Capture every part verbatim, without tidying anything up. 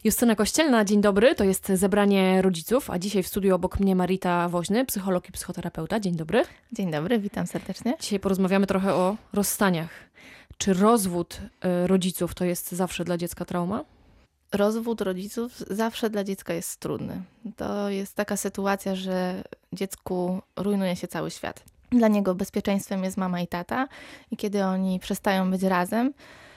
Justyna Kościelna, dzień dobry. To jest zebranie rodziców, a dzisiaj w studiu obok mnie Marita Woźny, psycholog i psychoterapeuta. Dzień dobry. Dzień dobry, witam serdecznie. Dzisiaj porozmawiamy trochę o rozstaniach. Czy rozwód rodziców to jest zawsze dla dziecka trauma? Rozwód rodziców zawsze dla dziecka jest trudny. To jest taka sytuacja, że dziecku rujnuje się cały świat. Dla niego bezpieczeństwem jest mama i tata i kiedy oni przestają być razem,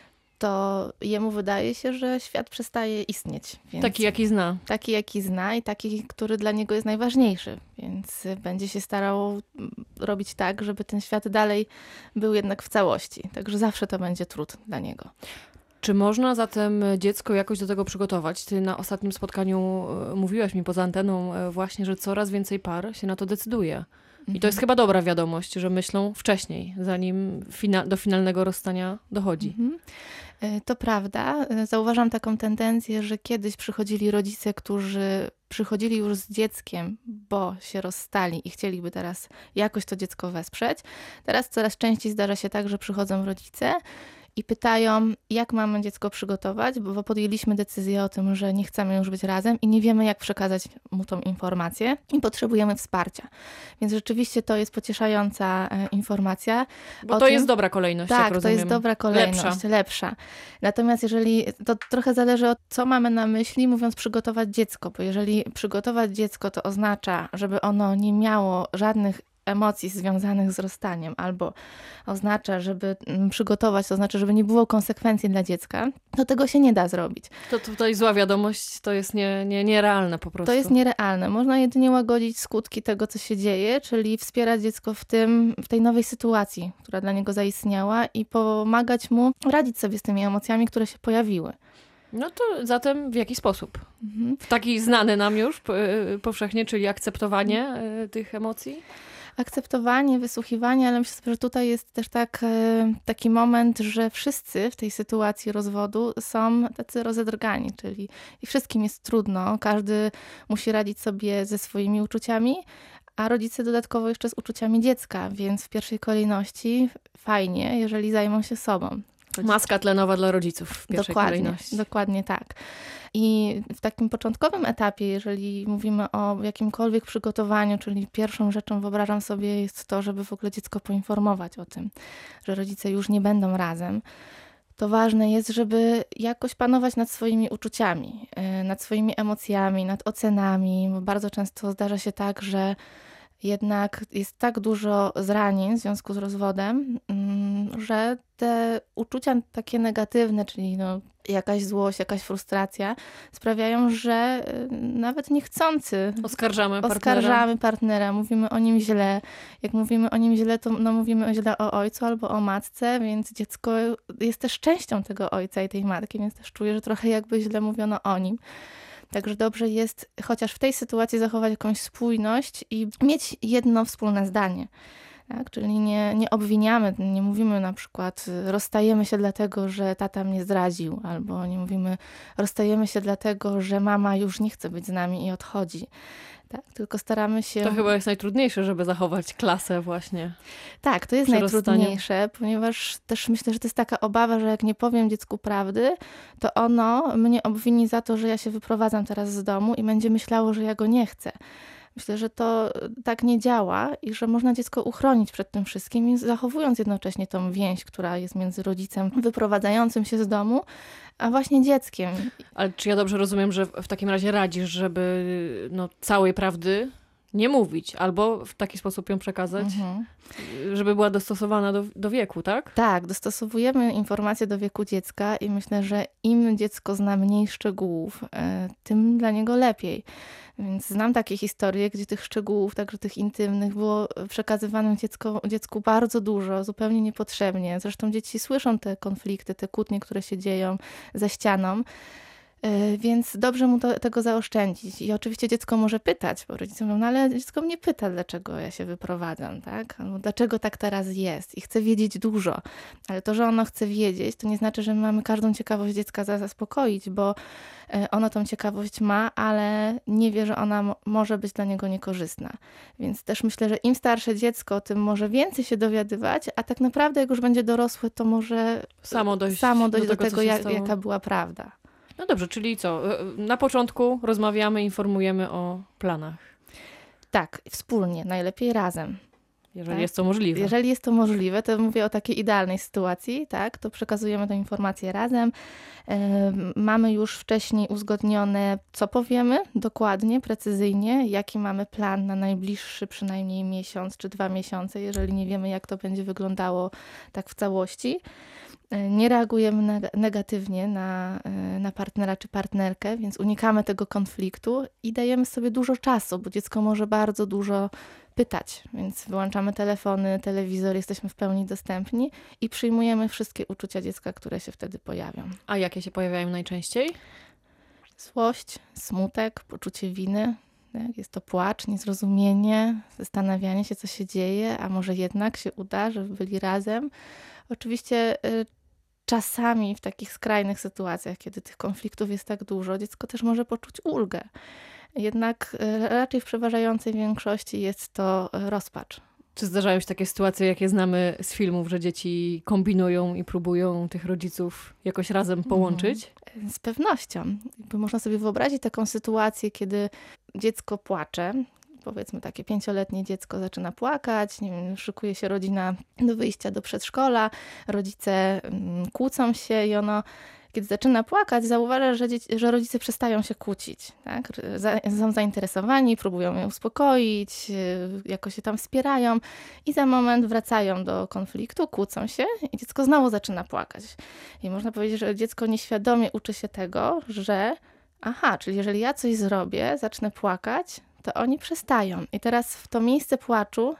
to jemu wydaje się, że świat przestaje istnieć. Więc taki, jaki zna. Taki, jaki zna i taki, który dla niego jest najważniejszy. Więc będzie się starał robić tak, żeby ten świat dalej był jednak w całości. Także zawsze to będzie trud dla niego. Czy można zatem dziecko jakoś do tego przygotować? Ty na ostatnim spotkaniu mówiłaś mi poza anteną właśnie, że coraz więcej par się na to decyduje. I to jest chyba dobra wiadomość, że myślą wcześniej, zanim fina- do finalnego rozstania dochodzi. Mhm. To prawda. Zauważam taką tendencję, że kiedyś przychodzili rodzice, którzy przychodzili już z dzieckiem, bo się rozstali i chcieliby teraz jakoś to dziecko wesprzeć. Teraz coraz częściej zdarza się tak, że przychodzą rodzice i pytają, jak mamy dziecko przygotować, bo podjęliśmy decyzję o tym, że nie chcemy już być razem i nie wiemy, jak przekazać mu tą informację i potrzebujemy wsparcia. Więc rzeczywiście to jest pocieszająca informacja. Bo to tym, jest dobra kolejność, tak, jak rozumiem. to jest dobra kolejność, lepsza. lepsza. Natomiast jeżeli, to trochę zależy od co mamy na myśli, mówiąc przygotować dziecko, bo jeżeli przygotować dziecko, to oznacza, żeby ono nie miało żadnych emocji związanych z rozstaniem, albo oznacza, żeby przygotować, to znaczy, żeby nie było konsekwencji dla dziecka, to tego się nie da zrobić. To tutaj zła wiadomość, to jest nie, nie, nierealne po prostu. To jest nierealne. Można jedynie łagodzić skutki tego, co się dzieje, czyli wspierać dziecko w tym, w tej nowej sytuacji, która dla niego zaistniała i pomagać mu radzić sobie z tymi emocjami, które się pojawiły. No to zatem w jaki sposób? Mhm. W taki znany nam już powszechnie, czyli akceptowanie tych emocji? Akceptowanie, wysłuchiwanie, ale myślę, że tutaj jest też tak, taki moment, że wszyscy w tej sytuacji rozwodu są tacy rozedrgani, czyli i wszystkim jest trudno, każdy musi radzić sobie ze swoimi uczuciami, a rodzice dodatkowo jeszcze z uczuciami dziecka, więc w pierwszej kolejności fajnie, jeżeli zajmą się sobą. Rodzice. Maska tlenowa dla rodziców w pierwszej dokładnie, kolejności. Dokładnie tak. I w takim początkowym etapie, jeżeli mówimy o jakimkolwiek przygotowaniu, czyli pierwszą rzeczą wyobrażam sobie jest to, żeby w ogóle dziecko poinformować o tym, że rodzice już nie będą razem, to ważne jest, żeby jakoś panować nad swoimi uczuciami, nad swoimi emocjami, nad ocenami, bo bardzo często zdarza się tak, że jednak jest tak dużo zranień w związku z rozwodem, że te uczucia takie negatywne, czyli no jakaś złość, jakaś frustracja sprawiają, że nawet niechcący oskarżamy partnera. Oskarżamy partnera, mówimy o nim źle. Jak mówimy o nim źle, to no, mówimy źle o ojcu albo o matce, więc dziecko jest też częścią tego ojca i tej matki, więc też czuje, że trochę jakby źle mówiono o nim. Także dobrze jest chociaż w tej sytuacji zachować jakąś spójność i mieć jedno wspólne zdanie. Tak? Czyli nie, nie obwiniamy, nie mówimy na przykład rozstajemy się dlatego, że tata mnie zdradził, albo nie mówimy rozstajemy się dlatego, że mama już nie chce być z nami i odchodzi. Tak, tylko staramy się... To chyba jest najtrudniejsze, żeby zachować klasę właśnie. Tak, to jest najtrudniejsze, ponieważ też myślę, że to jest taka obawa, że jak nie powiem dziecku prawdy, to ono mnie obwini za to, że ja się wyprowadzam teraz z domu i będzie myślało, że ja go nie chcę. Myślę, że to tak nie działa i że można dziecko uchronić przed tym wszystkim, zachowując jednocześnie tą więź, która jest między rodzicem wyprowadzającym się z domu, a właśnie dzieckiem. Ale czy ja dobrze rozumiem, że w takim razie radzisz, żeby no, całej prawdy nie mówić, albo w taki sposób ją przekazać, mhm. żeby była dostosowana do, do wieku, tak? Tak, dostosowujemy informacje do wieku dziecka i myślę, że im dziecko zna mniej szczegółów, tym dla niego lepiej. Więc znam takie historie, gdzie tych szczegółów, także tych intymnych, było przekazywanym dziecko, dziecku bardzo dużo, zupełnie niepotrzebnie. Zresztą dzieci słyszą te konflikty, te kłótnie, które się dzieją za ścianą. Więc dobrze mu to, tego zaoszczędzić. I oczywiście dziecko może pytać, bo rodzice mówią, no ale dziecko mnie pyta, dlaczego ja się wyprowadzam, tak? Albo dlaczego tak teraz jest i chce wiedzieć dużo. Ale to, że ono chce wiedzieć, to nie znaczy, że my mamy każdą ciekawość dziecka zaspokoić, bo ono tą ciekawość ma, ale nie wie, że ona mo- może być dla niego niekorzystna. Więc też myślę, że im starsze dziecko, tym może więcej się dowiadywać, a tak naprawdę jak już będzie dorosłe, to może samo dojść, samo dojść do, do tego, tego, jak, stało. jaka była prawda. No dobrze, czyli co? Na początku rozmawiamy, informujemy o planach. Tak, wspólnie, najlepiej razem. Jeżeli tak? jest to możliwe. Jeżeli jest to możliwe, to mówię o takiej idealnej sytuacji, tak? To przekazujemy tę informację razem. Yy, mamy już wcześniej uzgodnione, co powiemy dokładnie, precyzyjnie, jaki mamy plan na najbliższy przynajmniej miesiąc czy dwa miesiące, jeżeli nie wiemy, jak to będzie wyglądało tak w całości. Nie reagujemy negatywnie na, na partnera czy partnerkę, więc unikamy tego konfliktu i dajemy sobie dużo czasu, bo dziecko może bardzo dużo pytać, więc wyłączamy telefony, telewizor, jesteśmy w pełni dostępni i przyjmujemy wszystkie uczucia dziecka, które się wtedy pojawią. A jakie się pojawiają najczęściej? Złość, smutek, poczucie winy. Tak? Jest to płacz, niezrozumienie, zastanawianie się, co się dzieje, a może jednak się uda, żeby byli razem. Oczywiście y, czasami w takich skrajnych sytuacjach, kiedy tych konfliktów jest tak dużo, dziecko też może poczuć ulgę. Jednak y, raczej w przeważającej większości jest to y, rozpacz. Czy zdarzają się takie sytuacje, jakie znamy z filmów, że dzieci kombinują i próbują tych rodziców jakoś razem połączyć? Mm, z pewnością. Jakby można sobie wyobrazić taką sytuację, kiedy dziecko płacze. Powiedzmy takie pięcioletnie dziecko zaczyna płakać, nie wiem, szykuje się rodzina do wyjścia do przedszkola, rodzice mm, kłócą się i ono, kiedy zaczyna płakać, zauważa, że, dzieci, że rodzice przestają się kłócić. Tak? Za, są zainteresowani, próbują je uspokoić, jakoś się tam wspierają i za moment wracają do konfliktu, kłócą się i dziecko znowu zaczyna płakać. I można powiedzieć, że dziecko nieświadomie uczy się tego, że aha, czyli jeżeli ja coś zrobię, zacznę płakać, to oni przestają. I teraz w to miejsce płaczu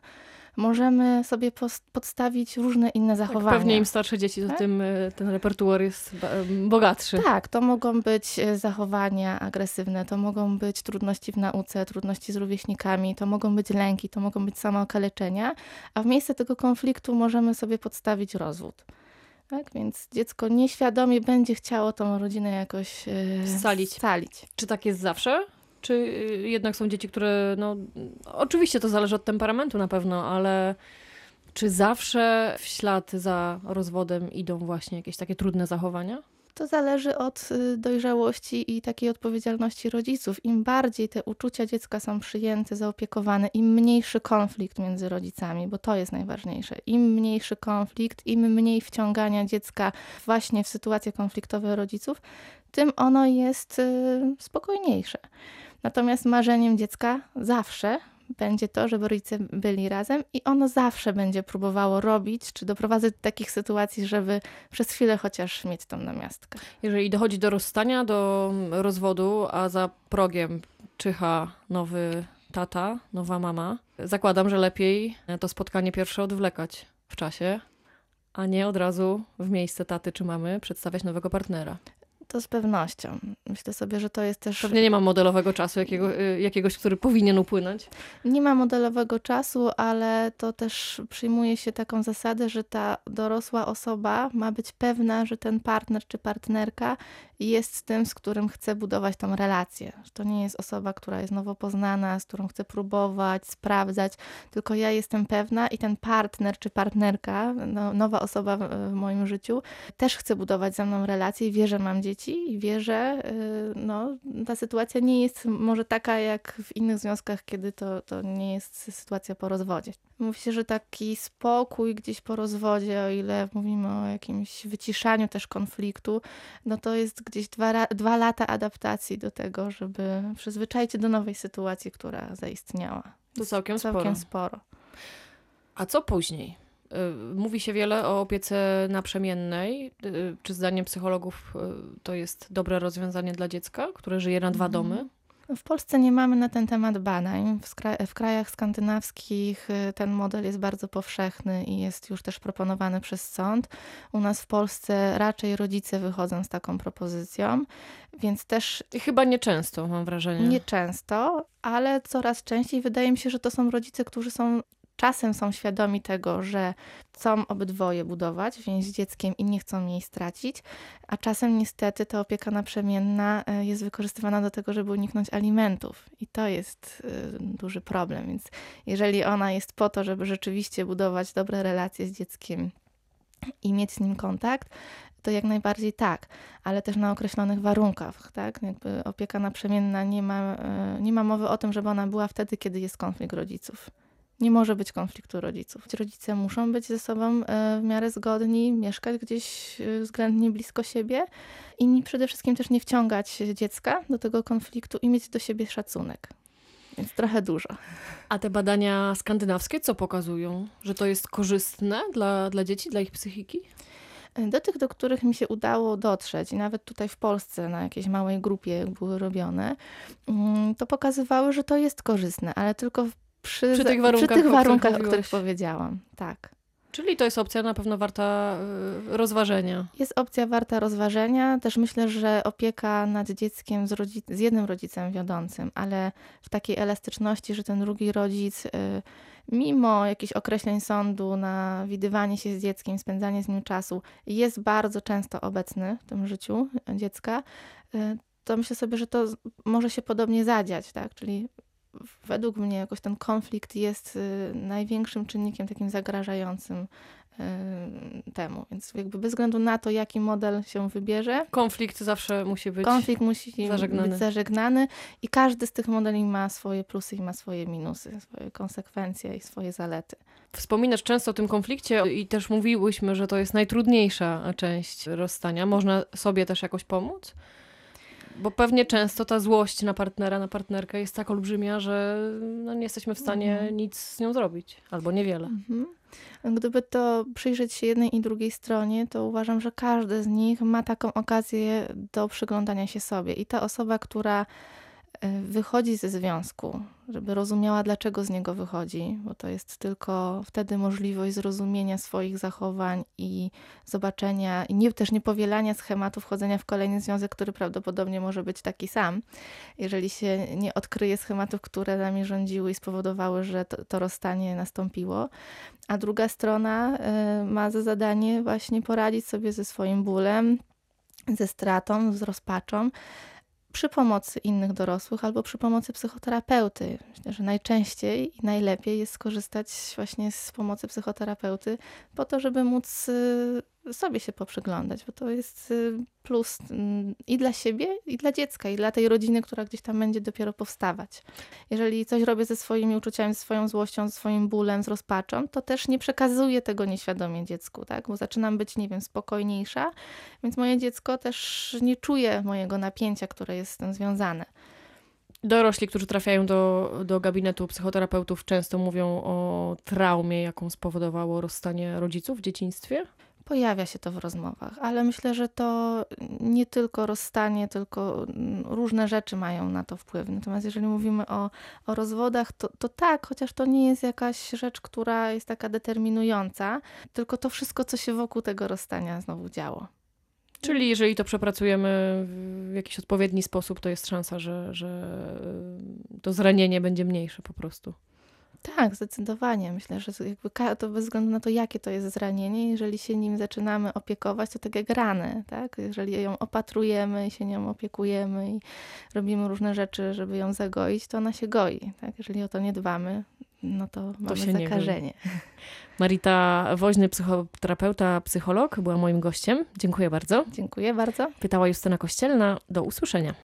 możemy sobie podstawić różne inne zachowania. Tak, pewnie im starsze dzieci, to tak? tym ten repertuar jest bogatszy. Tak, to mogą być zachowania agresywne, to mogą być trudności w nauce, trudności z rówieśnikami, to mogą być lęki, to mogą być samookaleczenia, a w miejsce tego konfliktu możemy sobie podstawić rozwód. Tak? Więc dziecko nieświadomie będzie chciało tą rodzinę jakoś yy, scalić. scalić. Czy tak jest zawsze? Czy jednak są dzieci, które, no oczywiście to zależy od temperamentu na pewno, ale czy zawsze w ślad za rozwodem idą właśnie jakieś takie trudne zachowania? To zależy od dojrzałości i takiej odpowiedzialności rodziców. Im bardziej te uczucia dziecka są przyjęte, zaopiekowane, im mniejszy konflikt między rodzicami, bo to jest najważniejsze. Im mniejszy konflikt, im mniej wciągania dziecka właśnie w sytuacje konfliktowe rodziców, tym ono jest y, spokojniejsze. Natomiast marzeniem dziecka zawsze będzie to, żeby rodzice byli razem i ono zawsze będzie próbowało robić, czy doprowadzać do takich sytuacji, żeby przez chwilę chociaż mieć tą namiastkę. Jeżeli dochodzi do rozstania, do rozwodu, a za progiem czyha nowy tata, nowa mama, zakładam, że lepiej to spotkanie pierwsze odwlekać w czasie, a nie od razu w miejsce taty czy mamy przedstawiać nowego partnera. To z pewnością. Myślę sobie, że to jest też... Pewnie nie ma modelowego czasu, jakiego, jakiegoś, który powinien upłynąć. Nie ma modelowego czasu, ale to też przyjmuje się taką zasadę, że ta dorosła osoba ma być pewna, że ten partner czy partnerka jest tym, z którym chce budować tą relację. Że to nie jest osoba, która jest nowo poznana, z którą chce próbować, sprawdzać, tylko ja jestem pewna i ten partner czy partnerka, no, nowa osoba w, w moim życiu, też chce budować ze mną relację i wie, że mam dzieci i wie, że yy, no, ta sytuacja nie jest może taka jak w innych związkach, kiedy to, to nie jest sytuacja po rozwodzie. Mówi się, że taki spokój gdzieś po rozwodzie, o ile mówimy o jakimś wyciszaniu też konfliktu, no to jest gdzieś dwa, dwa lata adaptacji do tego, żeby przyzwyczaić się do nowej sytuacji, która zaistniała. To całkiem, całkiem sporo. sporo. A co później? Mówi się wiele o opiece naprzemiennej. Czy zdaniem psychologów to jest dobre rozwiązanie dla dziecka, które żyje na dwa Mhm. domy? W Polsce nie mamy na ten temat badań. W, skra- w krajach skandynawskich ten model jest bardzo powszechny i jest już też proponowany przez sąd. U nas w Polsce raczej rodzice wychodzą z taką propozycją, więc też... I chyba nieczęsto, mam wrażenie. Nieczęsto, ale coraz częściej wydaje mi się, że to są rodzice, którzy są czasem są świadomi tego, że chcą obydwoje budować więź z dzieckiem i nie chcą jej stracić, a czasem niestety ta opieka naprzemienna jest wykorzystywana do tego, żeby uniknąć alimentów i to jest duży problem, więc jeżeli ona jest po to, żeby rzeczywiście budować dobre relacje z dzieckiem i mieć z nim kontakt, to jak najbardziej tak, ale też na określonych warunkach, tak? Jakby opieka naprzemienna nie ma, nie ma mowy o tym, żeby ona była wtedy, kiedy jest konflikt rodziców. Nie może być konfliktu rodziców. Rodzice muszą być ze sobą w miarę zgodni, mieszkać gdzieś względnie blisko siebie i przede wszystkim też nie wciągać dziecka do tego konfliktu i mieć do siebie szacunek. Więc trochę dużo. A te badania skandynawskie co pokazują? Że to jest korzystne dla, dla dzieci, dla ich psychiki? Do tych, do których mi się udało dotrzeć i nawet tutaj w Polsce na jakiejś małej grupie były robione, to pokazywały, że to jest korzystne, ale tylko przy, przy tych warunkach, przy tych warunkach o których, o których powiedziałam. Tak. Czyli to jest opcja na pewno warta rozważenia. Jest opcja warta rozważenia. Też myślę, że opieka nad dzieckiem z, rodzic- z jednym rodzicem wiodącym, ale w takiej elastyczności, że ten drugi rodzic y, mimo jakichś określeń sądu na widywanie się z dzieckiem, spędzanie z nim czasu, jest bardzo często obecny w tym życiu dziecka, y, to myślę sobie, że to może się podobnie zadziać, tak? Czyli według mnie jakoś ten konflikt jest y, największym czynnikiem takim zagrażającym y, temu. Więc jakby bez względu na to, jaki model się wybierze, konflikt zawsze musi być konflikt musi zażegnany. być zażegnany i każdy z tych modeli ma swoje plusy i ma swoje minusy, swoje konsekwencje i swoje zalety. Wspominasz często o tym konflikcie i też mówiłyśmy, że to jest najtrudniejsza część rozstania. Można sobie też jakoś pomóc? Bo pewnie często ta złość na partnera, na partnerkę jest tak olbrzymia, że no nie jesteśmy w stanie mhm. nic z nią zrobić. Albo niewiele. Mhm. Gdyby to przyjrzeć się jednej i drugiej stronie, to uważam, że każdy z nich ma taką okazję do przyglądania się sobie. I ta osoba, która wychodzi ze związku, żeby rozumiała, dlaczego z niego wychodzi, bo to jest tylko wtedy możliwość zrozumienia swoich zachowań i zobaczenia, i nie, też nie powielania schematu wchodzenia w kolejny związek, który prawdopodobnie może być taki sam, jeżeli się nie odkryje schematów, które nami rządziły i spowodowały, że to, to rozstanie nastąpiło. A druga strona y, ma za zadanie właśnie poradzić sobie ze swoim bólem, ze stratą, z rozpaczą, przy pomocy innych dorosłych albo przy pomocy psychoterapeuty. Myślę, że najczęściej i najlepiej jest skorzystać właśnie z pomocy psychoterapeuty po to, żeby móc sobie się poprzyglądać, bo to jest plus i dla siebie, i dla dziecka, i dla tej rodziny, która gdzieś tam będzie dopiero powstawać. Jeżeli coś robię ze swoimi uczuciami, ze swoją złością, ze swoim bólem, z rozpaczą, to też nie przekazuję tego nieświadomie dziecku, tak? Bo zaczynam być, nie wiem, spokojniejsza, więc moje dziecko też nie czuje mojego napięcia, które jest z tym związane. Dorośli, którzy trafiają do, do gabinetu psychoterapeutów, często mówią o traumie, jaką spowodowało rozstanie rodziców w dzieciństwie. Pojawia się to w rozmowach, ale myślę, że to nie tylko rozstanie, tylko różne rzeczy mają na to wpływ. Natomiast jeżeli mówimy o, o rozwodach, to, to tak, chociaż to nie jest jakaś rzecz, która jest taka determinująca, tylko to wszystko, co się wokół tego rozstania znowu działo. Czyli jeżeli to przepracujemy w jakiś odpowiedni sposób, to jest szansa, że, że to zranienie będzie mniejsze po prostu. Tak, zdecydowanie. Myślę, że jakby to bez względu na to, jakie to jest zranienie, jeżeli się nim zaczynamy opiekować, to tak jak rany, tak? Jeżeli ją opatrujemy i się nią opiekujemy i robimy różne rzeczy, żeby ją zagoić, to ona się goi, tak? Jeżeli o to nie dbamy, no to, to mamy się zakażenie. Marita Woźny, psychoterapeuta, psycholog, była moim gościem. Dziękuję bardzo. Dziękuję bardzo. Pytała Justyna Kościelna. Do usłyszenia.